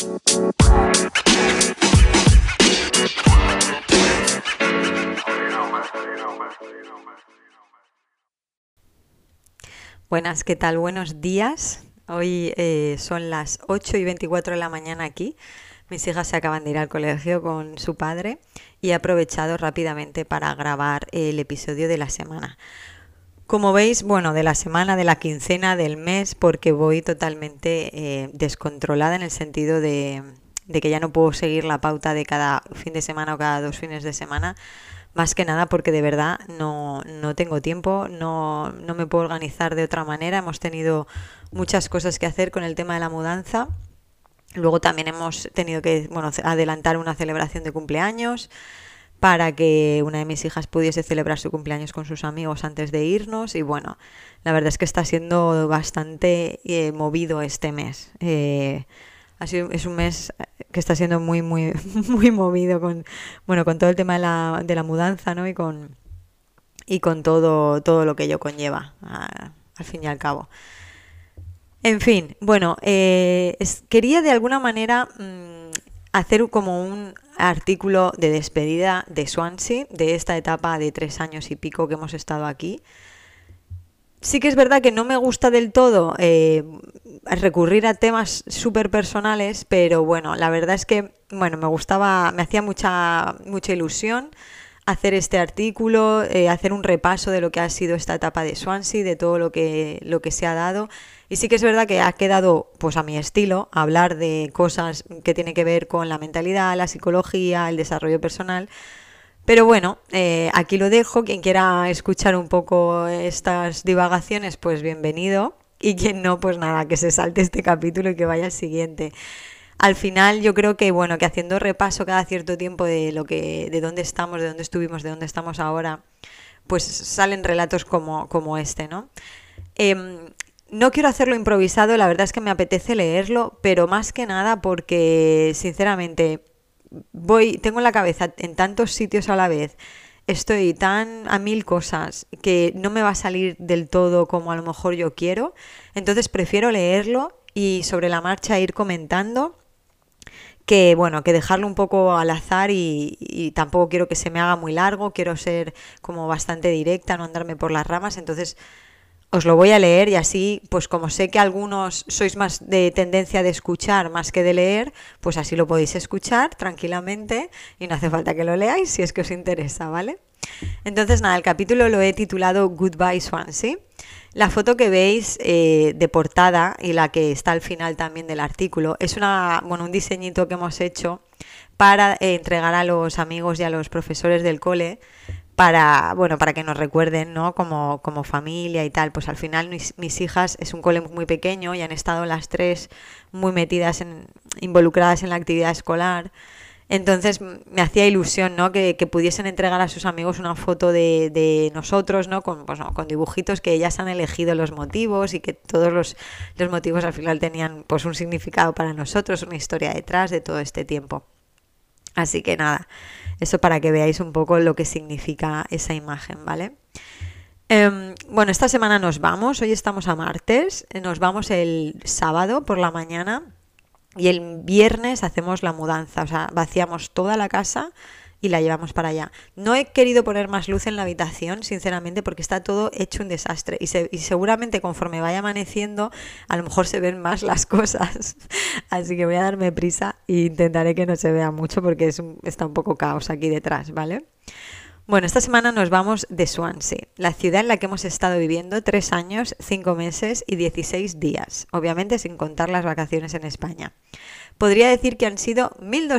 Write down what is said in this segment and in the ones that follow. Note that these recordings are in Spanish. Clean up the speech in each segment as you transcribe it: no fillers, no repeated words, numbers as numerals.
Buenas, ¿qué tal? Buenos días. Hoy son las 8:24 de la mañana aquí. Mis hijas se acaban de ir al colegio con su padre y he aprovechado rápidamente para grabar el episodio de la semana. Como veis, bueno, de la semana, de la quincena, del mes, porque voy totalmente descontrolada en el sentido de que ya no puedo seguir la pauta de cada fin de semana o cada 2 fines de semana. Más que nada porque de verdad no tengo tiempo, no me puedo organizar de otra manera. Hemos tenido muchas cosas que hacer con el tema de la mudanza. Luego también hemos tenido que, bueno, adelantar una celebración de cumpleaños para que una de mis hijas pudiese celebrar su cumpleaños con sus amigos antes de irnos. Y bueno, la verdad es que está siendo bastante movido este mes. Es un mes que está siendo muy, muy, muy movido con todo el tema de la mudanza, ¿no? Y con todo lo que ello conlleva, al fin y al cabo. En fin, bueno, quería de alguna manera hacer como un artículo de despedida de Swansea, de esta etapa de 3 años y pico que hemos estado aquí. Sí que es verdad que no me gusta del todo recurrir a temas súper personales, pero bueno, la verdad es que bueno, me hacía mucha ilusión hacer este artículo, hacer un repaso de lo que ha sido esta etapa de Swansea, de todo lo que se ha dado. Y sí que es verdad que ha quedado pues a mi estilo hablar de cosas que tienen que ver con la mentalidad, la psicología, el desarrollo personal. Pero bueno, aquí lo dejo. Quien quiera escuchar un poco estas divagaciones, pues bienvenido. Y quien no, pues nada, que se salte este capítulo y que vaya al siguiente. Al final yo creo que bueno, que haciendo repaso cada cierto tiempo de dónde estamos, de dónde estuvimos, de dónde estamos ahora, pues salen relatos como este, ¿no? No quiero hacerlo improvisado, la verdad es que me apetece leerlo, pero más que nada porque sinceramente tengo la cabeza en tantos sitios a la vez, estoy tan a mil cosas que no me va a salir del todo como a lo mejor yo quiero, entonces prefiero leerlo y sobre la marcha ir comentando que bueno, que dejarlo un poco al azar y tampoco quiero que se me haga muy largo, quiero ser como bastante directa, no andarme por las ramas, entonces os lo voy a leer y así, pues como sé que algunos sois más de tendencia de escuchar más que de leer, pues así lo podéis escuchar tranquilamente y no hace falta que lo leáis si es que os interesa, ¿vale? Entonces nada, el capítulo lo he titulado Goodbye Swansea. La foto que veis de portada y la que está al final también del artículo es un diseñito que hemos hecho para entregar a los amigos y a los profesores del cole para que nos recuerden, ¿no? como familia y tal. Pues al final mis hijas, es un cole muy pequeño y han estado las tres muy involucradas en la actividad escolar. Entonces me hacía ilusión, ¿no? que pudiesen entregar a sus amigos una foto de nosotros, ¿no? Con dibujitos que ellas han elegido los motivos y que todos los motivos al final tenían pues un significado para nosotros, una historia detrás de todo este tiempo. Así que nada, eso para que veáis un poco lo que significa esa imagen, ¿vale? Bueno, esta semana nos vamos, hoy estamos a martes, nos vamos el sábado por la mañana y el viernes hacemos la mudanza, o sea, vaciamos toda la casa y la llevamos para allá. No he querido poner más luz en la habitación, sinceramente, porque está todo hecho un desastre y seguramente conforme vaya amaneciendo a lo mejor se ven más las cosas. Así que voy a darme prisa e intentaré que no se vea mucho porque está un poco caos aquí detrás, ¿vale? Bueno, esta semana nos vamos de Swansea, la ciudad en la que hemos estado viviendo 3 años, 5 meses y 16 días, obviamente sin contar las vacaciones en España. Podría decir que han sido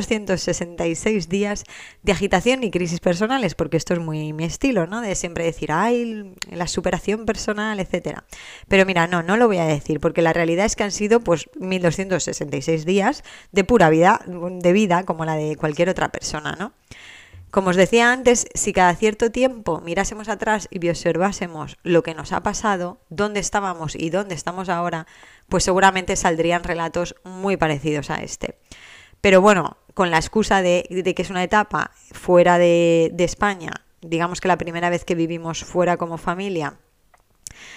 1266 días de agitación y crisis personales, porque esto es muy mi estilo, ¿no? De siempre decir, ay, la superación personal, etcétera. Pero mira, no lo voy a decir, porque la realidad es que han sido pues 1266 días de pura vida, como la de cualquier otra persona, ¿no? Como os decía antes, si cada cierto tiempo mirásemos atrás y observásemos lo que nos ha pasado, dónde estábamos y dónde estamos ahora, pues seguramente saldrían relatos muy parecidos a este. Pero bueno, con la excusa de que es una etapa fuera de España, digamos que la primera vez que vivimos fuera como familia,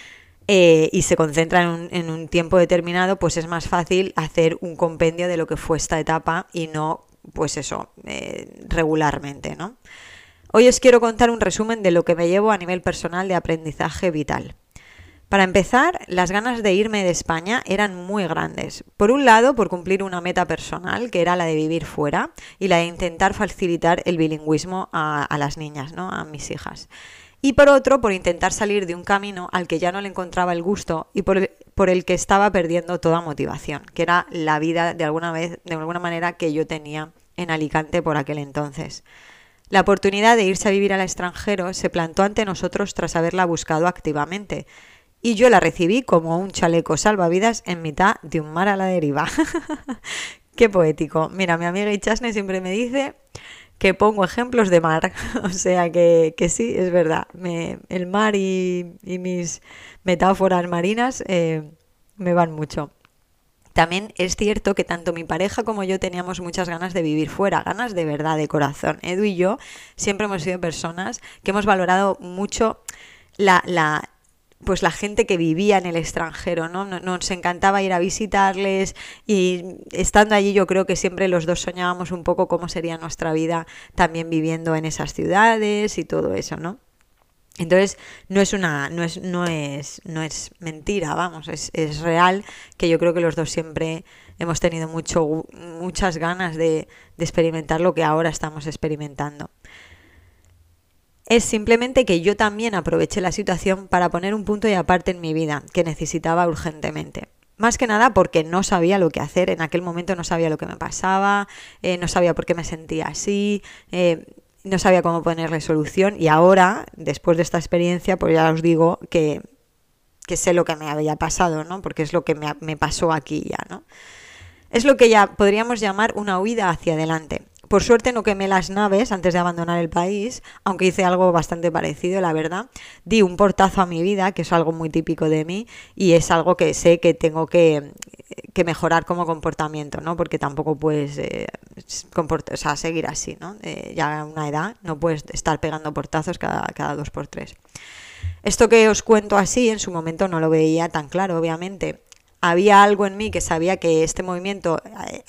y se concentra en un tiempo determinado, pues es más fácil hacer un compendio de lo que fue esta etapa y no, pues eso, regularmente, ¿no? Hoy os quiero contar un resumen de lo que me llevo a nivel personal de aprendizaje vital. Para empezar, las ganas de irme de España eran muy grandes. Por un lado, por cumplir una meta personal, que era la de vivir fuera y la de intentar facilitar el bilingüismo a las niñas, ¿no? A mis hijas. Y por otro, por intentar salir de un camino al que ya no le encontraba el gusto y por el que estaba perdiendo toda motivación, que era la vida de alguna manera que yo tenía en Alicante por aquel entonces. La oportunidad de irse a vivir al extranjero se plantó ante nosotros tras haberla buscado activamente. Y yo la recibí como un chaleco salvavidas en mitad de un mar a la deriva. Qué poético. Mira, mi amiga Ichasne siempre me dice que pongo ejemplos de mar. O sea que sí, es verdad. El mar y mis metáforas marinas me van mucho. También es cierto que tanto mi pareja como yo teníamos muchas ganas de vivir fuera, ganas de verdad, de corazón. Edu y yo siempre hemos sido personas que hemos valorado mucho pues la gente que vivía en el extranjero, ¿no? Nos encantaba ir a visitarles y estando allí yo creo que siempre los dos soñábamos un poco cómo sería nuestra vida también viviendo en esas ciudades y todo eso, ¿no? Entonces no es mentira, vamos, es real que yo creo que los dos siempre hemos tenido muchas ganas de experimentar lo que ahora estamos experimentando. Es simplemente que yo también aproveché la situación para poner un punto y aparte en mi vida que necesitaba urgentemente. Más que nada porque no sabía lo que hacer, en aquel momento no sabía lo que me pasaba, no sabía por qué me sentía así, no sabía cómo ponerle solución y ahora, después de esta experiencia, pues ya os digo que sé lo que me había pasado, ¿no? Porque es lo que me pasó aquí ya, ¿no? Es lo que ya podríamos llamar una huida hacia adelante. Por suerte no quemé las naves antes de abandonar el país, aunque hice algo bastante parecido, la verdad. Di un portazo a mi vida, que es algo muy típico de mí, y es algo que sé que tengo que mejorar como comportamiento, ¿no? Porque tampoco puedes seguir así, ¿no? Ya a una edad no puedes estar pegando portazos cada 2x3. Esto que os cuento así, en su momento no lo veía tan claro, obviamente. Había algo en mí que sabía que este movimiento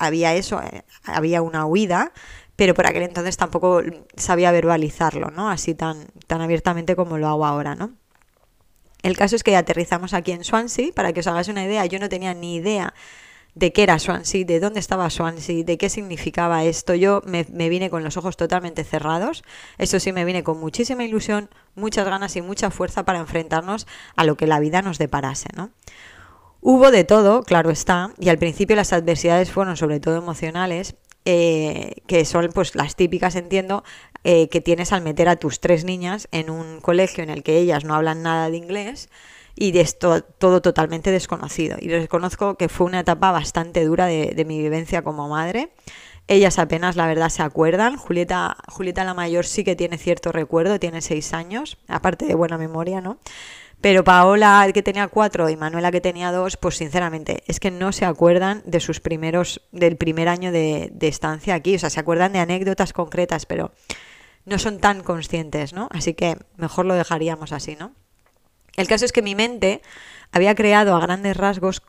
había una huida, pero por aquel entonces tampoco sabía verbalizarlo, ¿no? Así tan abiertamente como lo hago ahora, ¿no? El caso es que aterrizamos aquí en Swansea, para que os hagáis una idea, yo no tenía ni idea de qué era Swansea, de dónde estaba Swansea, de qué significaba esto. Yo me vine con los ojos totalmente cerrados, eso sí, me vine con muchísima ilusión, muchas ganas y mucha fuerza para enfrentarnos a lo que la vida nos deparase, ¿no? Hubo de todo, claro está, y al principio las adversidades fueron sobre todo emocionales, que son pues las típicas, entiendo, que tienes al meter a tus 3 niñas en un colegio en el que ellas no hablan nada de inglés y de esto todo totalmente desconocido. Y reconozco que fue una etapa bastante dura de mi vivencia como madre. Ellas apenas, la verdad, se acuerdan. Julieta la mayor sí que tiene cierto recuerdo, tiene 6 años, aparte de buena memoria, ¿no? Pero Paola, que tenía 4, y Manuela, que tenía 2, pues sinceramente es que no se acuerdan de del primer año de estancia aquí. O sea, se acuerdan de anécdotas concretas, pero no son tan conscientes, ¿no? Así que mejor lo dejaríamos así, ¿no? El caso es que mi mente había creado a grandes rasgos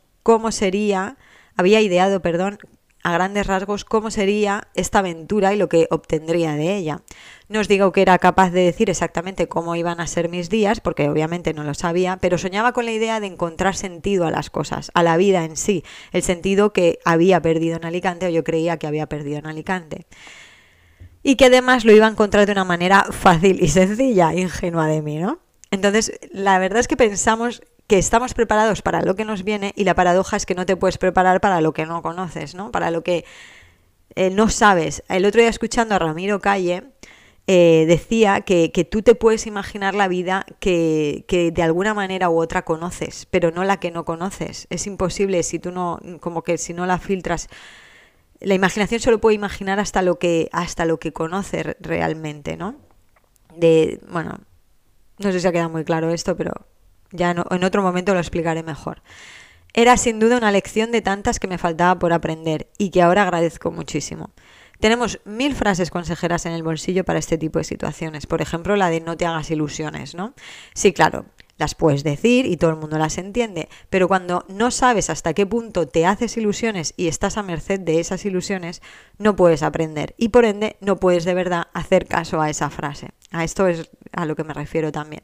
había ideado a grandes rasgos cómo sería esta aventura y lo que obtendría de ella. No os digo que era capaz de decir exactamente cómo iban a ser mis días, porque obviamente no lo sabía, pero soñaba con la idea de encontrar sentido a las cosas, a la vida en sí, el sentido que había perdido en Alicante, o yo creía que había perdido en Alicante. Y que además lo iba a encontrar de una manera fácil y sencilla, ingenua de mí, ¿no? Entonces, la verdad es que pensamos que estamos preparados para lo que nos viene y la paradoja es que no te puedes preparar para lo que no conoces, ¿no? Para lo que no sabes. El otro día, escuchando a Ramiro Calle, decía que tú te puedes imaginar la vida que de alguna manera u otra conoces, pero no la que no conoces. Es imposible si tú no, como que si no la filtras. La imaginación solo puede imaginar hasta lo que conoce realmente, ¿no? Bueno, no sé si ha quedado muy claro esto, pero ya en otro momento lo explicaré mejor. Era sin duda una lección de tantas que me faltaba por aprender y que ahora agradezco muchísimo. Tenemos 1000 frases consejeras en el bolsillo para este tipo de situaciones. Por ejemplo, la de no te hagas ilusiones, ¿no? Sí, claro, las puedes decir y todo el mundo las entiende, pero cuando no sabes hasta qué punto te haces ilusiones y estás a merced de esas ilusiones, no puedes aprender y por ende no puedes de verdad hacer caso a esa frase. A esto es a lo que me refiero también.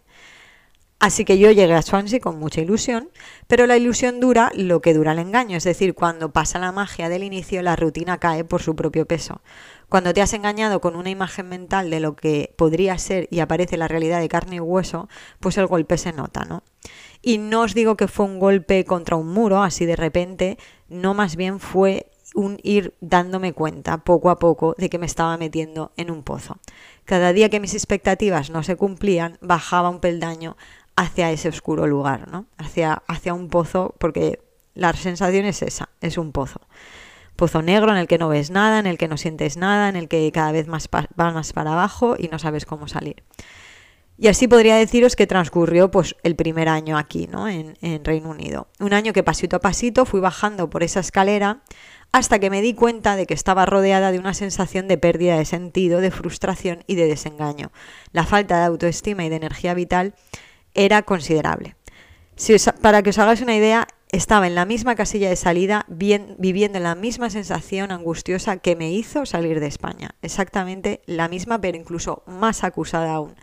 Así que yo llegué a Swansea con mucha ilusión, pero la ilusión dura lo que dura el engaño, es decir, cuando pasa la magia del inicio, la rutina cae por su propio peso. Cuando te has engañado con una imagen mental de lo que podría ser y aparece la realidad de carne y hueso, pues el golpe se nota, ¿no? Y no os digo que fue un golpe contra un muro, así de repente, no, más bien fue un ir dándome cuenta poco a poco de que me estaba metiendo en un pozo. Cada día que mis expectativas no se cumplían, bajaba un peldaño hacia ese oscuro lugar, ¿no? Hacia un pozo, porque la sensación es esa, es un pozo. Pozo negro en el que no ves nada, en el que no sientes nada, en el que cada vez vas más para abajo y no sabes cómo salir. Y así podría deciros que transcurrió pues el primer año aquí, ¿no? en Reino Unido. Un año que pasito a pasito fui bajando por esa escalera hasta que me di cuenta de que estaba rodeada de una sensación de pérdida de sentido, de frustración y de desengaño. La falta de autoestima y de energía vital era considerable. Para que os hagáis una idea, estaba en la misma casilla de salida, viviendo la misma sensación angustiosa que me hizo salir de España. Exactamente la misma, pero incluso más acusada aún.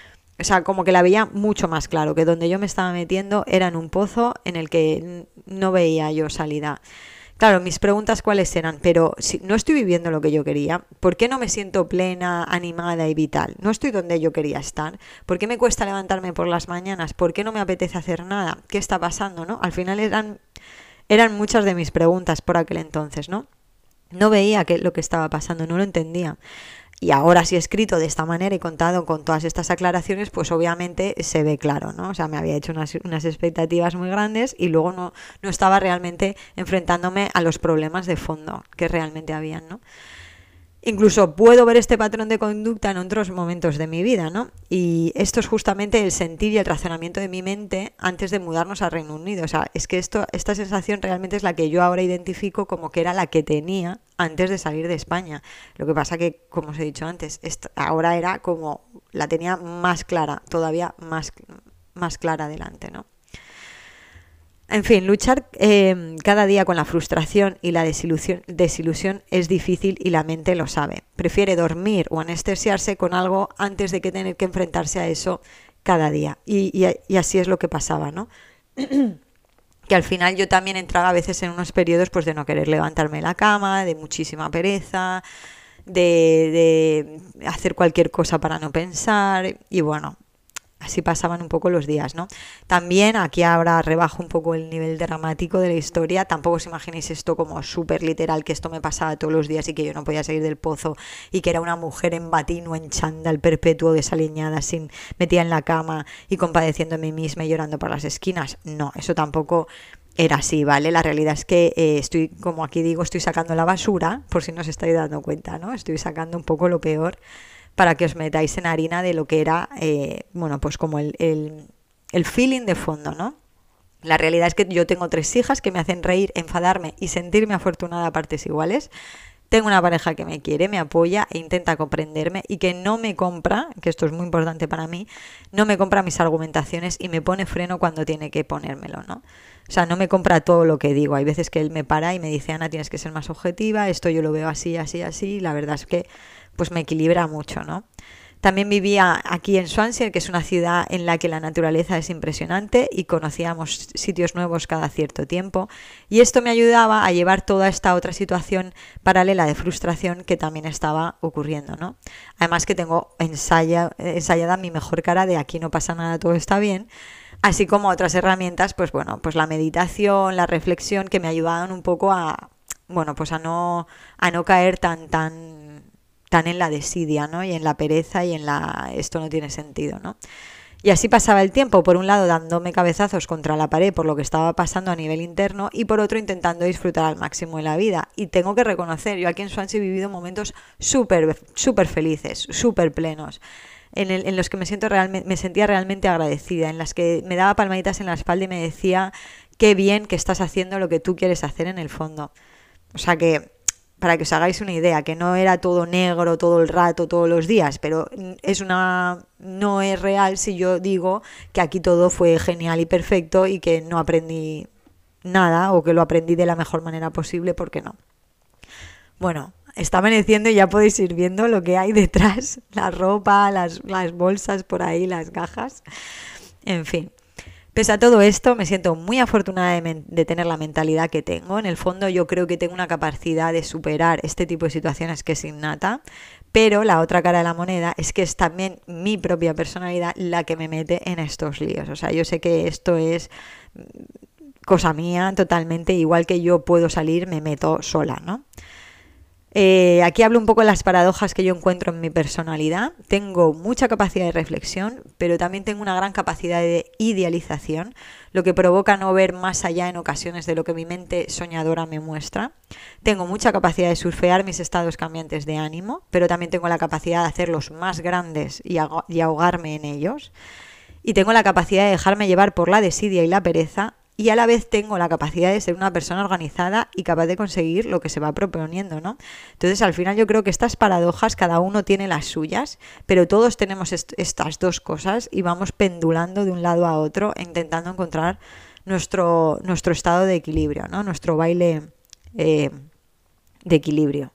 O sea, como que la veía mucho más claro, que donde yo me estaba metiendo era en un pozo en el que no veía yo salida. Claro, mis preguntas cuáles eran, pero si no estoy viviendo lo que yo quería, ¿por qué no me siento plena, animada y vital? No estoy donde yo quería estar. ¿Por qué me cuesta levantarme por las mañanas? ¿Por qué no me apetece hacer nada? ¿Qué está pasando, no? Al final eran muchas de mis preguntas por aquel entonces, ¿no? No veía lo que estaba pasando, no lo entendía. Y ahora si he escrito de esta manera y contado con todas estas aclaraciones, pues obviamente se ve claro, ¿no? O sea, me había hecho unas expectativas muy grandes y luego no estaba realmente enfrentándome a los problemas de fondo que realmente habían, ¿no? Incluso puedo ver este patrón de conducta en otros momentos de mi vida, ¿no? Y esto es justamente el sentir y el razonamiento de mi mente antes de mudarnos a Reino Unido. O sea, es que esta sensación realmente es la que yo ahora identifico como que era la que tenía antes de salir de España. Lo que pasa que, como os he dicho antes, ahora era como la tenía más clara, todavía más clara delante, ¿no? En fin, luchar cada día con la frustración y la desilusión es difícil y la mente lo sabe. Prefiere dormir o anestesiarse con algo antes de que tener que enfrentarse a eso cada día. Y así es lo que pasaba, ¿no? Que al final yo también entraba a veces en unos periodos pues de no querer levantarme de la cama, de muchísima pereza, de hacer cualquier cosa para no pensar y bueno, así pasaban un poco los días, ¿no? También aquí ahora rebajo un poco el nivel dramático de la historia. Tampoco os imaginéis esto como súper literal, que esto me pasaba todos los días y que yo no podía salir del pozo y que era una mujer en batín o en chándal perpetuo desaliñada, metida en la cama y compadeciendo a mí misma y llorando por las esquinas. No, eso tampoco era así, ¿vale? La realidad es que estoy, como aquí digo, estoy sacando la basura, por si no os estáis dando cuenta, ¿no? Estoy sacando un poco lo peor para que os metáis en harina de lo que era, bueno, pues como el feeling de fondo, ¿no? La realidad es que yo tengo 3 hijas que me hacen reír, enfadarme y sentirme afortunada a partes iguales. Tengo una pareja que me quiere, me apoya e intenta comprenderme y que no me compra, que esto es muy importante para mí, no me compra mis argumentaciones y me pone freno cuando tiene que ponérmelo, ¿no? O sea, no me compra todo lo que digo. Hay veces que él me para y me dice, Ana, tienes que ser más objetiva, esto yo lo veo así, así, así. La verdad es que pues me equilibra mucho, ¿no? También vivía aquí en Swansea, que es una ciudad en la que la naturaleza es impresionante y conocíamos sitios nuevos cada cierto tiempo. Y esto me ayudaba a llevar toda esta otra situación paralela de frustración que también estaba ocurriendo, ¿no? Además que tengo ensayada mi mejor cara de aquí no pasa nada, todo está bien. Así como otras herramientas, pues bueno, pues la meditación, la reflexión, que me ayudaban un poco a, bueno, pues a no caer tan en la desidia, ¿no? Y en la pereza y en esto no tiene sentido, ¿no? Y así pasaba el tiempo, por un lado dándome cabezazos contra la pared por lo que estaba pasando a nivel interno y por otro intentando disfrutar al máximo de la vida. Y tengo que reconocer, yo aquí en Swansea he vivido momentos súper felices, súper plenos, en los que me sentía realmente agradecida, en las que me daba palmaditas en la espalda y me decía qué bien que estás haciendo lo que tú quieres hacer en el fondo. O sea que para que os hagáis una idea, que no era todo negro todo el rato, todos los días, pero no es real si yo digo que aquí todo fue genial y perfecto y que no aprendí nada o que lo aprendí de la mejor manera posible, porque no. Bueno, está amaneciendo y ya podéis ir viendo lo que hay detrás, la ropa, las bolsas por ahí, las cajas, en fin. Pese a todo esto, me siento muy afortunada de tener la mentalidad que tengo. En el fondo yo creo que tengo una capacidad de superar este tipo de situaciones que es innata, pero la otra cara de la moneda es que es también mi propia personalidad la que me mete en estos líos. O sea, yo sé que esto es cosa mía totalmente, igual que yo puedo salir, me meto sola, ¿no? Aquí hablo un poco de las paradojas que yo encuentro en mi personalidad. Tengo mucha capacidad de reflexión, pero también tengo una gran capacidad de idealización, lo que provoca no ver más allá en ocasiones de lo que mi mente soñadora me muestra. Tengo mucha capacidad de surfear mis estados cambiantes de ánimo, pero también tengo la capacidad de hacerlos más grandes y ahogarme en ellos. Y tengo la capacidad de dejarme llevar por la desidia y la pereza, y a la vez tengo la capacidad de ser una persona organizada y capaz de conseguir lo que se va proponiendo, ¿no? Entonces, al final yo creo que estas paradojas, cada uno tiene las suyas, pero todos tenemos estas dos cosas y vamos pendulando de un lado a otro, intentando encontrar nuestro estado de equilibrio, ¿no? Nuestro baile de equilibrio.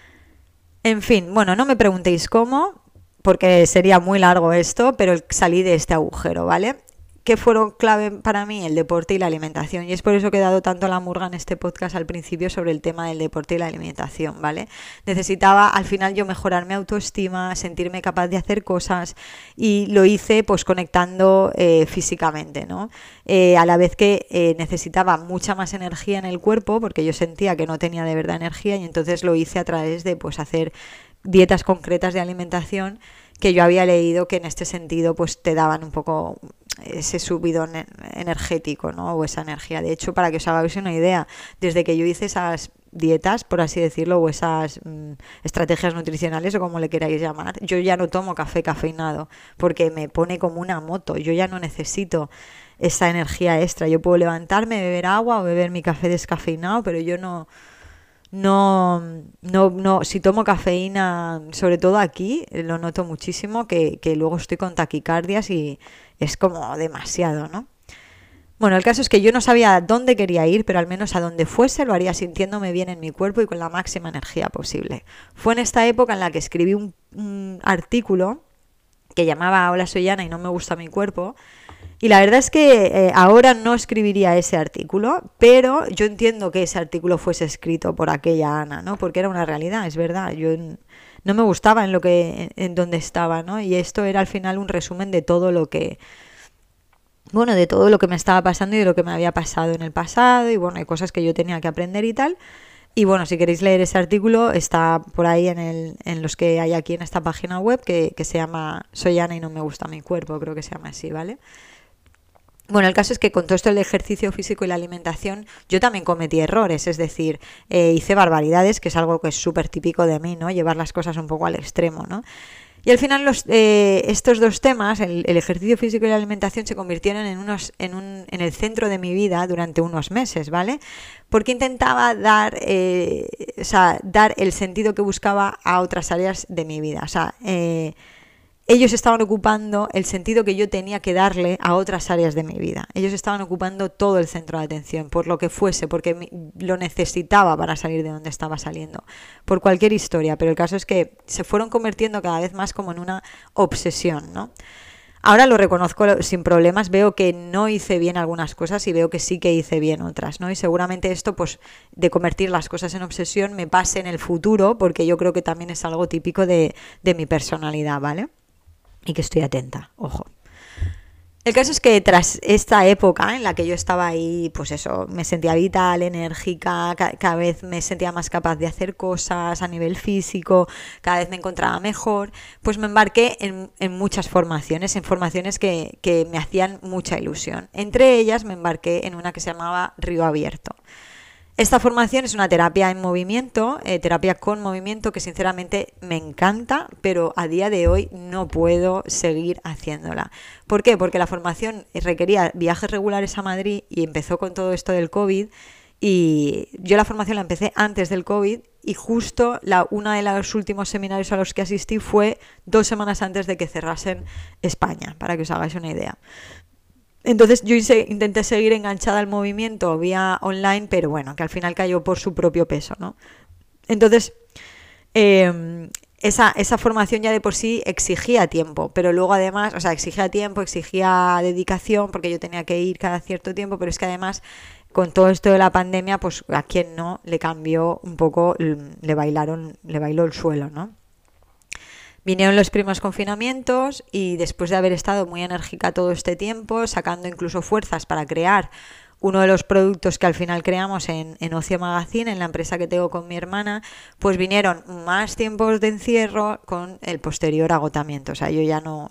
En fin, bueno, no me preguntéis cómo, porque sería muy largo esto, pero salí de este agujero, ¿vale? ¿Qué fueron clave para mí? El deporte y la alimentación. Y es por eso que he dado tanto la murga en este podcast al principio sobre el tema del deporte y la alimentación, ¿vale? Necesitaba al final yo mejorar mi autoestima, sentirme capaz de hacer cosas, y lo hice pues conectando físicamente, ¿no? A la vez que necesitaba mucha más energía en el cuerpo, porque yo sentía que no tenía de verdad energía, y entonces lo hice a través de pues hacer dietas concretas de alimentación, que yo había leído que en este sentido pues te daban un poco ese subidón energético, ¿no? O esa energía. De hecho, para que os hagáis una idea, desde que yo hice esas dietas, por así decirlo, o esas estrategias nutricionales, o como le queráis llamar, yo ya no tomo café cafeinado, porque me pone como una moto. Yo ya no necesito esa energía extra. Yo puedo levantarme, beber agua o beber mi café descafeinado, pero yo no, si tomo cafeína, sobre todo aquí, lo noto muchísimo, que luego estoy con taquicardias y es como demasiado, ¿no? Bueno, el caso es que yo no sabía dónde quería ir, pero al menos a donde fuese lo haría sintiéndome bien en mi cuerpo y con la máxima energía posible. Fue en esta época en la que escribí un artículo que llamaba Hola, soy Ana y no me gusta mi cuerpo. Y la verdad es que ahora no escribiría ese artículo, pero yo entiendo que ese artículo fuese escrito por aquella Ana, ¿no? Porque era una realidad, es verdad. Yo no me gustaba en donde estaba, ¿no? Y esto era al final un resumen de todo lo que, bueno, de todo lo que me estaba pasando y de lo que me había pasado en el pasado, y bueno, hay cosas que yo tenía que aprender y tal. Y bueno, si queréis leer ese artículo, está por ahí en los que hay aquí en esta página web, que se llama Soy Ana y no me gusta mi cuerpo, creo que se llama así, ¿vale? Bueno, el caso es que con todo esto del ejercicio físico y la alimentación, yo también cometí errores, es decir, hice barbaridades, que es algo que es súper típico de mí, ¿no? Llevar las cosas un poco al extremo, ¿no? Y al final estos dos temas, el ejercicio físico y la alimentación, se convirtieron en el centro de mi vida durante unos meses, ¿vale? Porque intentaba dar el sentido que buscaba a otras áreas de mi vida. O sea, ellos estaban ocupando el sentido que yo tenía que darle a otras áreas de mi vida. Ellos estaban ocupando todo el centro de atención, por lo que fuese, porque lo necesitaba para salir de donde estaba saliendo, por cualquier historia. Pero el caso es que se fueron convirtiendo cada vez más como en una obsesión, ¿no? Ahora lo reconozco sin problemas, veo que no hice bien algunas cosas y veo que sí que hice bien otras, ¿no? Y seguramente esto, pues, de convertir las cosas en obsesión me pase en el futuro, porque yo creo que también es algo típico de mi personalidad, ¿vale? Y que estoy atenta, ojo. El caso es que tras esta época en la que yo estaba ahí, pues eso, me sentía vital, enérgica, cada vez me sentía más capaz de hacer cosas a nivel físico, cada vez me encontraba mejor, pues me embarqué en muchas formaciones, en formaciones que me hacían mucha ilusión. Entre ellas me embarqué en una que se llamaba Río Abierto. Esta formación es una terapia en movimiento, terapia con movimiento, que sinceramente me encanta, pero a día de hoy no puedo seguir haciéndola. ¿Por qué? Porque la formación requería viajes regulares a Madrid y empezó con todo esto del COVID, Y yo la formación la empecé antes del COVID y justo uno de los últimos seminarios a los que asistí fue 2 semanas antes de que cerrasen España, para que os hagáis una idea. Entonces yo intenté seguir enganchada al movimiento vía online, pero bueno, que al final cayó por su propio peso, ¿no? Entonces, esa formación ya de por sí exigía tiempo, pero luego además, o sea, exigía tiempo, exigía dedicación, porque yo tenía que ir cada cierto tiempo, pero es que además, con todo esto de la pandemia, pues a quien no le cambió un poco, le bailó el suelo, ¿no? Vinieron los primeros confinamientos y después de haber estado muy enérgica todo este tiempo, sacando incluso fuerzas para crear uno de los productos que al final creamos en Ocio Magazine, en la empresa que tengo con mi hermana, pues vinieron más tiempos de encierro con el posterior agotamiento. O sea, yo ya no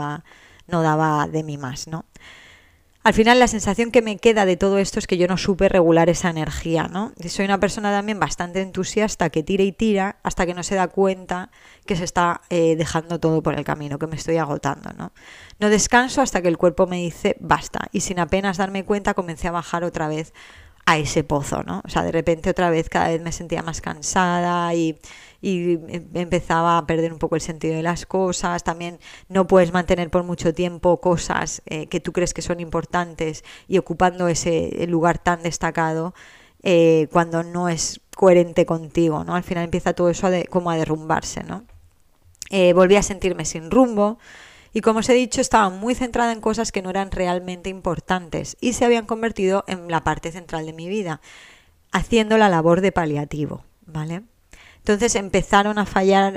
daba de mí más, ¿no? Al final la sensación que me queda de todo esto es que yo no supe regular esa energía, ¿no? Soy una persona también bastante entusiasta que tira y tira hasta que no se da cuenta que se está dejando todo por el camino, que me estoy agotando, ¿no? No descanso hasta que el cuerpo me dice basta y sin apenas darme cuenta comencé a bajar otra vez a ese pozo, ¿no? O sea, de repente otra vez cada vez me sentía más cansada y empezaba a perder un poco el sentido de las cosas. También no puedes mantener por mucho tiempo cosas que tú crees que son importantes y ocupando ese lugar tan destacado cuando no es coherente contigo, ¿no? Al final empieza todo eso como a derrumbarse, ¿no? Volví a sentirme sin rumbo. Y como os he dicho, estaba muy centrada en cosas que no eran realmente importantes y se habían convertido en la parte central de mi vida, haciendo la labor de paliativo, ¿vale? Entonces empecé a fallar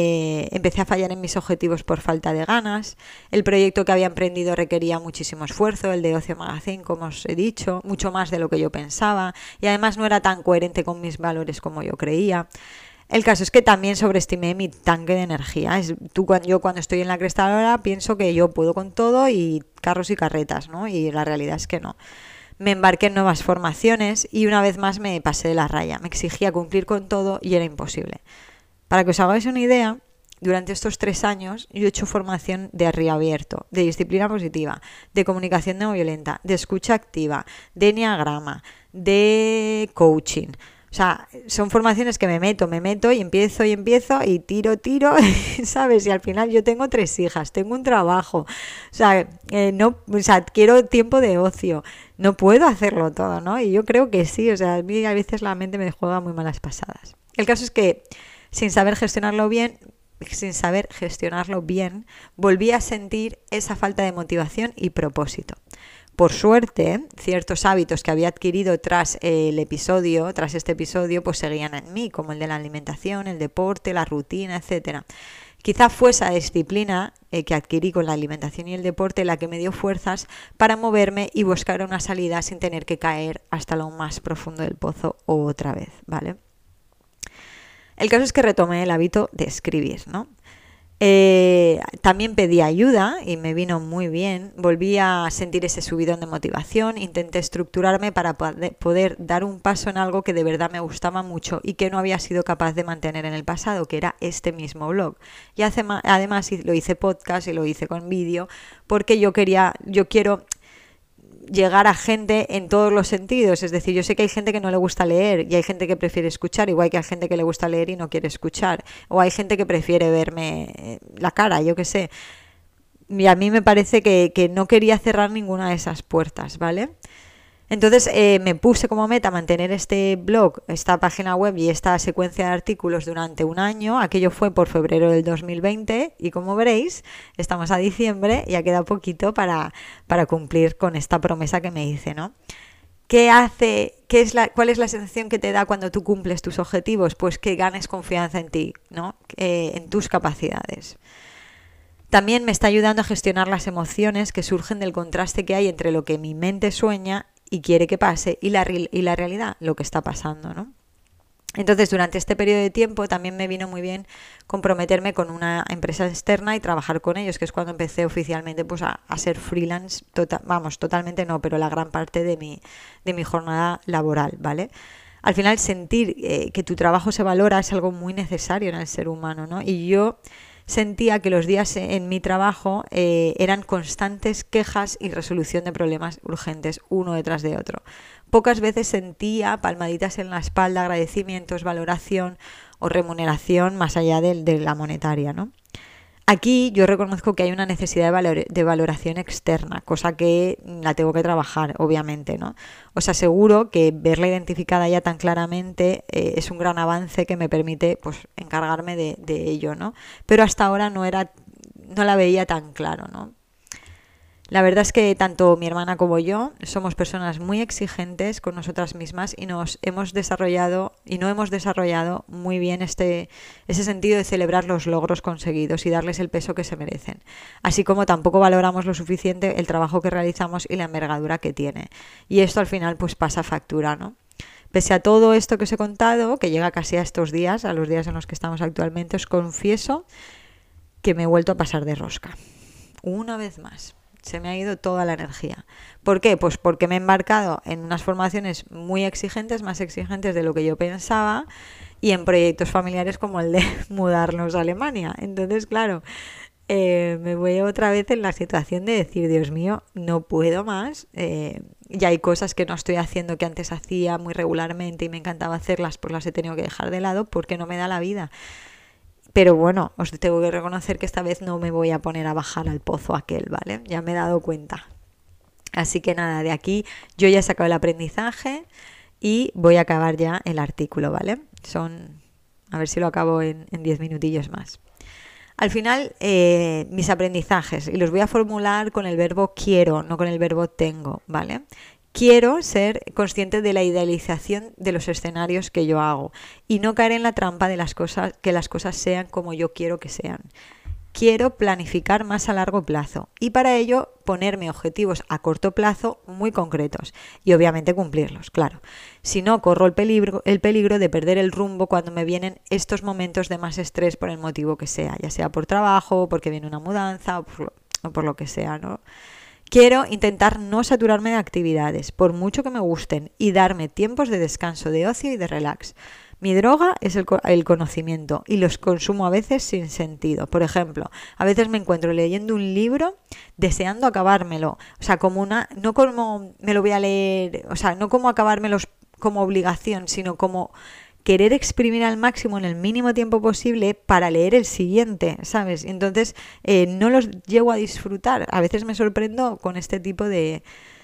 en mis objetivos por falta de ganas. El proyecto que había emprendido requería muchísimo esfuerzo, el de Ocio Magazine, como os he dicho, mucho más de lo que yo pensaba y además no era tan coherente con mis valores como yo creía. El caso es que también sobreestimé mi tanque de energía. Yo cuando estoy en la cresta de la ola pienso que yo puedo con todo y carros y carretas, ¿no? Y la realidad es que no. Me embarqué en nuevas formaciones y una vez más me pasé de la raya. Me exigía cumplir con todo y era imposible. Para que os hagáis una idea, durante estos 3 años yo he hecho formación de arriba abierto, de disciplina positiva, de comunicación no violenta, de escucha activa, de enneagrama, de coaching. O sea, son formaciones que me meto y empiezo y tiro, ¿sabes? Y al final yo tengo 3 hijas, tengo un trabajo, quiero tiempo de ocio, no puedo hacerlo todo, ¿no? Y yo creo que sí, o sea, a mí a veces la mente me juega muy malas pasadas. El caso es que sin saber gestionarlo bien, volví a sentir esa falta de motivación y propósito. Por suerte, ciertos hábitos que había adquirido tras este episodio, pues seguían en mí, como el de la alimentación, el deporte, la rutina, etcétera. Quizá fue esa disciplina que adquirí con la alimentación y el deporte la que me dio fuerzas para moverme y buscar una salida sin tener que caer hasta lo más profundo del pozo otra vez, ¿vale? El caso es que retomé el hábito de escribir, ¿no? También pedí ayuda y me vino muy bien. Volví a sentir ese subidón de motivación. Intenté estructurarme para poder dar un paso en algo que de verdad me gustaba mucho y que no había sido capaz de mantener en el pasado, que era este mismo blog. Y además lo hice podcast y lo hice con vídeo porque yo quiero llegar a gente en todos los sentidos. Es decir, yo sé que hay gente que no le gusta leer y hay gente que prefiere escuchar, igual que hay gente que le gusta leer y no quiere escuchar, o hay gente que prefiere verme la cara, yo qué sé. Y a mí me parece que no quería cerrar ninguna de esas puertas, ¿vale? Entonces me puse como meta mantener este blog, esta página web y esta secuencia de artículos durante un año. Aquello fue por febrero del 2020 y como veréis, estamos a diciembre y ya queda poquito para cumplir con esta promesa que me hice, ¿no? ¿Cuál es la sensación que te da cuando tú cumples tus objetivos? Pues que ganes confianza en ti, ¿no? En tus capacidades. También me está ayudando a gestionar las emociones que surgen del contraste que hay entre lo que mi mente sueña y quiere que pase y la realidad, lo que está pasando, ¿no? Entonces, durante este periodo de tiempo también me vino muy bien comprometerme con una empresa externa y trabajar con ellos, que es cuando empecé oficialmente pues a ser freelance, totalmente no, pero la gran parte de mi jornada laboral, ¿vale? Al final sentir que tu trabajo se valora es algo muy necesario en el ser humano, ¿no? Y yo sentía que los días en mi trabajo eran constantes quejas y resolución de problemas urgentes, uno detrás de otro. Pocas veces sentía palmaditas en la espalda, agradecimientos, valoración o remuneración más allá de la monetaria, ¿no? Aquí yo reconozco que hay una necesidad de valoración externa, cosa que la tengo que trabajar, obviamente, ¿no? Os aseguro que verla identificada ya tan claramente es un gran avance que me permite, pues, encargarme de ello, ¿no? Pero hasta ahora no la veía tan claro, ¿no? La verdad es que tanto mi hermana como yo somos personas muy exigentes con nosotras mismas y no hemos desarrollado muy bien ese sentido de celebrar los logros conseguidos y darles el peso que se merecen. Así como tampoco valoramos lo suficiente el trabajo que realizamos y la envergadura que tiene. Y esto al final pues pasa factura, ¿no? Pese a todo esto que os he contado, que llega casi a estos días, a los días en los que estamos actualmente, os confieso que me he vuelto a pasar de rosca. Una vez más. Se me ha ido toda la energía. ¿Por qué? Pues porque me he embarcado en unas formaciones muy exigentes, más exigentes de lo que yo pensaba, y en proyectos familiares como el de mudarnos a Alemania. Entonces, claro, me voy otra vez en la situación de decir, Dios mío, no puedo más. Ya hay cosas que no estoy haciendo que antes hacía muy regularmente y me encantaba hacerlas, pues las he tenido que dejar de lado porque no me da la vida. Pero bueno, os tengo que reconocer que esta vez no me voy a poner a bajar al pozo aquel, ¿vale? Ya me he dado cuenta. Así que nada, de aquí yo ya he sacado el aprendizaje y voy a acabar ya el artículo, ¿vale? A ver si lo acabo en 10 minutillos más. Al final, mis aprendizajes, y los voy a formular con el verbo quiero, no con el verbo tengo, ¿vale? Quiero ser consciente de la idealización de los escenarios que yo hago y no caer en la trampa de que las cosas sean como yo quiero que sean. Quiero planificar más a largo plazo y para ello ponerme objetivos a corto plazo muy concretos y obviamente cumplirlos, claro. Si no, corro el peligro de perder el rumbo cuando me vienen estos momentos de más estrés por el motivo que sea, ya sea por trabajo, porque viene una mudanza o por lo que sea, ¿no? Quiero intentar no saturarme de actividades, por mucho que me gusten, y darme tiempos de descanso, de ocio y de relax. Mi droga es el conocimiento y los consumo a veces sin sentido. Por ejemplo, a veces me encuentro leyendo un libro deseando acabármelo. O sea, no como me lo voy a leer, o sea, no como acabármelos como obligación, sino como querer exprimir al máximo en el mínimo tiempo posible para leer el siguiente, ¿sabes? Entonces no los llego a disfrutar. A veces me sorprendo con este tipo de,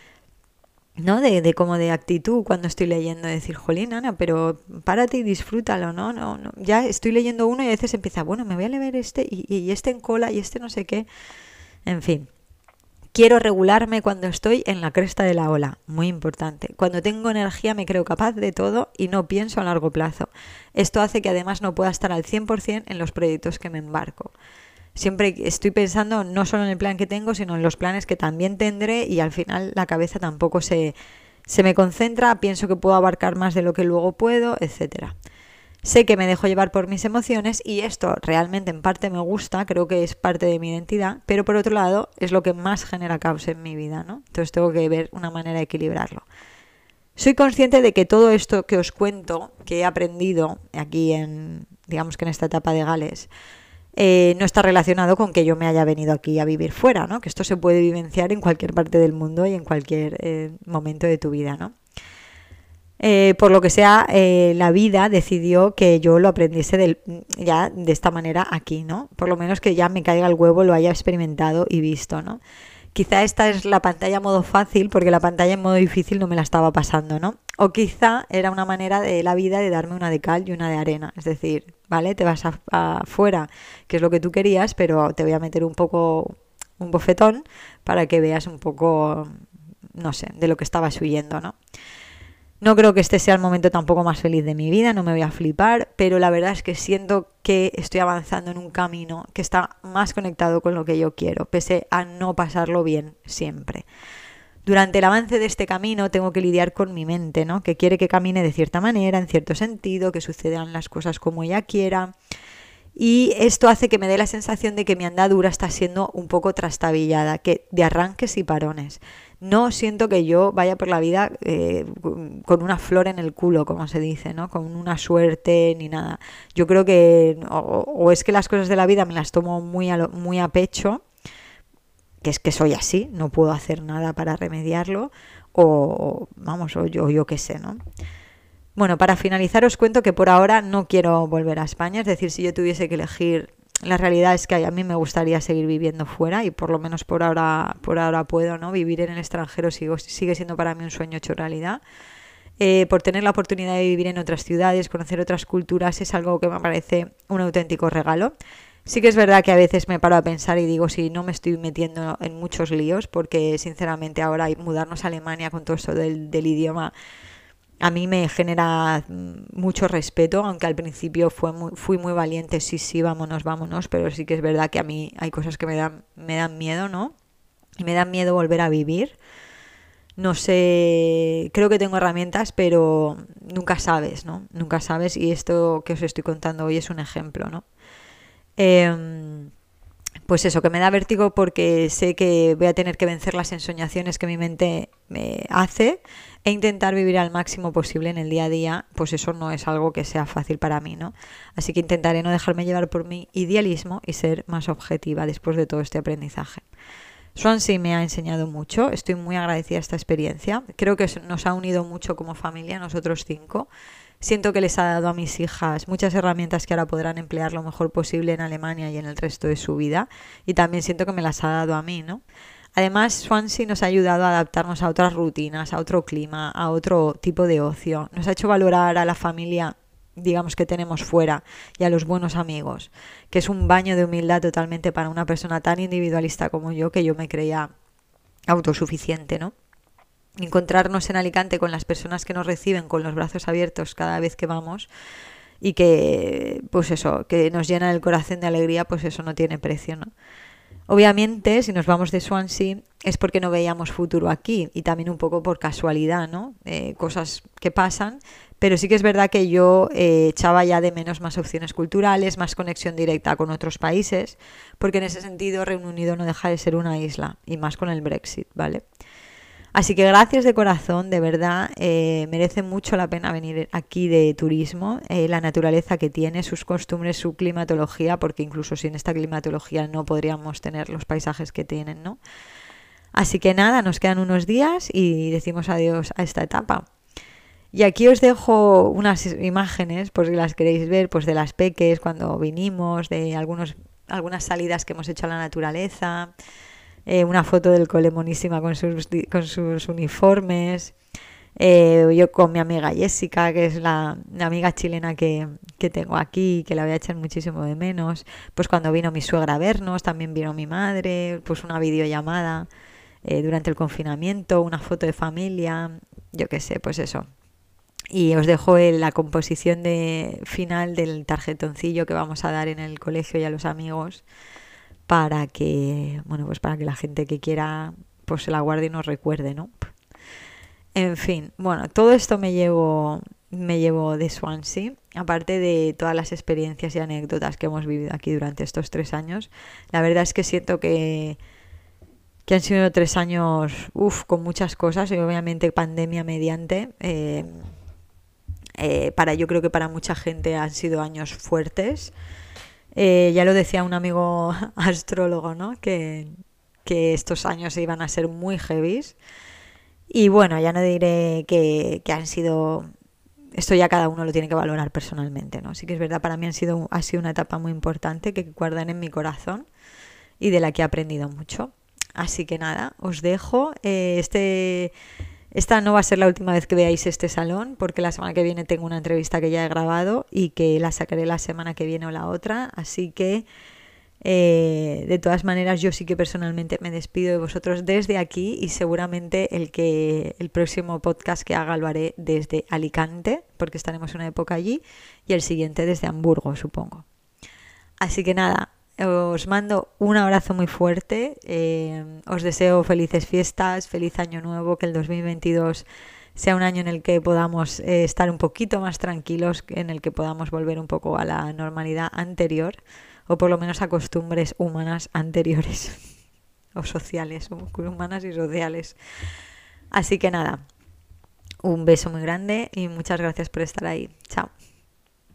¿no? Como de actitud cuando estoy leyendo, decir, jolín, Ana, pero párate y disfrútalo, ¿no? No. Ya estoy leyendo uno y a veces empieza, bueno, me voy a leer este y este en cola y este no sé qué. En fin. Quiero regularme cuando estoy en la cresta de la ola, muy importante. Cuando tengo energía me creo capaz de todo y no pienso a largo plazo. Esto hace que además no pueda estar al 100% en los proyectos que me embarco. Siempre estoy pensando no solo en el plan que tengo, sino en los planes que también tendré y al final la cabeza tampoco se me concentra, pienso que puedo abarcar más de lo que luego puedo, etcétera. Sé que me dejo llevar por mis emociones y esto realmente en parte me gusta, creo que es parte de mi identidad, pero por otro lado es lo que más genera caos en mi vida, ¿no? Entonces tengo que ver una manera de equilibrarlo. Soy consciente de que todo esto que os cuento, que he aprendido aquí digamos que en esta etapa de Gales, no está relacionado con que yo me haya venido aquí a vivir fuera, ¿no? Que esto se puede vivenciar en cualquier parte del mundo y en cualquier momento de tu vida, ¿no? Por lo que sea, la vida decidió que yo lo aprendiese ya de esta manera aquí, ¿no? Por lo menos que ya me caiga el huevo, lo haya experimentado y visto, ¿no? Quizá esta es la pantalla en modo fácil, porque la pantalla en modo difícil no me la estaba pasando, ¿no? O quizá era una manera de la vida de darme una de cal y una de arena. Es decir, ¿vale? Te vas afuera, que es lo que tú querías, pero te voy a meter un bofetón para que veas un poco, no sé, de lo que estabas huyendo, ¿no? No creo que este sea el momento tampoco más feliz de mi vida, no me voy a flipar, pero la verdad es que siento que estoy avanzando en un camino que está más conectado con lo que yo quiero, pese a no pasarlo bien siempre. Durante el avance de este camino tengo que lidiar con mi mente, ¿no? Que quiere que camine de cierta manera, en cierto sentido, que sucedan las cosas como ella quiera. Y esto hace que me dé la sensación de que mi andadura está siendo un poco trastabillada, que de arranques y parones. No siento que yo vaya por la vida con una flor en el culo, como se dice, ¿no? Con una suerte ni nada. Yo creo que o es que las cosas de la vida me las tomo muy a pecho, que es que soy así, no puedo hacer nada para remediarlo, o yo qué sé, ¿no? Bueno, para finalizar os cuento que por ahora no quiero volver a España, es decir, si yo tuviese que elegir, la realidad es que a mí me gustaría seguir viviendo fuera y por lo menos por ahora puedo, ¿no? Vivir en el extranjero sigue siendo para mí un sueño hecho realidad. Por tener la oportunidad de vivir en otras ciudades, conocer otras culturas, es algo que me parece un auténtico regalo. Sí que es verdad que a veces me paro a pensar y digo si no me estoy metiendo en muchos líos, porque sinceramente ahora mudarnos a Alemania con todo esto del idioma a mí me genera mucho respeto, aunque al principio fui muy valiente, sí, vámonos, pero sí que es verdad que a mí hay cosas que me dan miedo, ¿no? Y me dan miedo volver a vivir. No sé, creo que tengo herramientas, pero nunca sabes, ¿no? Nunca sabes y esto que os estoy contando hoy es un ejemplo, ¿no? Pues eso, que me da vértigo porque sé que voy a tener que vencer las ensoñaciones que mi mente me hace e intentar vivir al máximo posible en el día a día, pues eso no es algo que sea fácil para mí, ¿no? Así que intentaré no dejarme llevar por mi idealismo y ser más objetiva después de todo este aprendizaje. Swansea me ha enseñado mucho, estoy muy agradecida a esta experiencia, creo que nos ha unido mucho como familia, nosotros 5. Siento que les ha dado a mis hijas muchas herramientas que ahora podrán emplear lo mejor posible en Alemania y en el resto de su vida. Y también siento que me las ha dado a mí, ¿no? Además, Swansea nos ha ayudado a adaptarnos a otras rutinas, a otro clima, a otro tipo de ocio. Nos ha hecho valorar a la familia, digamos, que tenemos fuera y a los buenos amigos, que es un baño de humildad totalmente para una persona tan individualista como yo, que yo me creía autosuficiente, ¿no? Encontrarnos en Alicante con las personas que nos reciben con los brazos abiertos cada vez que vamos y que, pues eso, que nos llena el corazón de alegría, pues eso no tiene precio, ¿no? Obviamente, si nos vamos de Swansea es porque no veíamos futuro aquí y también un poco por casualidad, ¿no? Cosas que pasan, pero sí que es verdad que yo echaba ya de menos más opciones culturales, más conexión directa con otros países, porque en ese sentido Reino Unido no deja de ser una isla y más con el Brexit, ¿vale? Así que gracias de corazón, de verdad, merece mucho la pena venir aquí de turismo, la naturaleza que tiene, sus costumbres, su climatología, porque incluso sin esta climatología no podríamos tener los paisajes que tienen, ¿no? Así que nada, nos quedan unos días y decimos adiós a esta etapa. Y aquí os dejo unas imágenes, por si las queréis ver, pues de las peques cuando vinimos, de algunas salidas que hemos hecho a la naturaleza. Una foto del cole monísima con sus uniformes, yo con mi amiga Jessica, que es la amiga chilena que tengo aquí, que la voy a echar muchísimo de menos, pues cuando vino mi suegra a vernos, también vino mi madre, pues una videollamada durante el confinamiento, una foto de familia, yo qué sé, pues eso. Y os dejo la composición final del tarjetoncillo que vamos a dar en el colegio y a los amigos, para que, bueno, pues para que la gente que quiera pues se la guarde y nos recuerde, ¿no? En fin, bueno, todo esto me llevo de Swansea, aparte de todas las experiencias y anécdotas que hemos vivido aquí durante estos 3 años. La verdad es que siento que han sido 3 años, con muchas cosas y obviamente pandemia mediante. Yo creo que para mucha gente han sido años fuertes. Ya lo decía un amigo astrólogo, ¿no? Que estos años iban a ser muy heavies. Y bueno, ya no diré que han sido... Esto ya cada uno lo tiene que valorar personalmente, ¿no? Sí que es verdad, para mí ha sido una etapa muy importante que guardan en mi corazón y de la que he aprendido mucho. Así que nada, os dejo. Esta no va a ser la última vez que veáis este salón, porque la semana que viene tengo una entrevista que ya he grabado y que la sacaré la semana que viene o la otra. Así que, de todas maneras, yo sí que personalmente me despido de vosotros desde aquí y seguramente el próximo podcast que haga lo haré desde Alicante, porque estaremos una época allí, y el siguiente desde Hamburgo, supongo. Así que nada, os mando un abrazo muy fuerte, os deseo felices fiestas, feliz año nuevo, que el 2022 sea un año en el que podamos estar un poquito más tranquilos, en el que podamos volver un poco a la normalidad anterior, o por lo menos a costumbres humanas anteriores, o sociales, humanas y sociales. Así que nada, un beso muy grande y muchas gracias por estar ahí. Chao.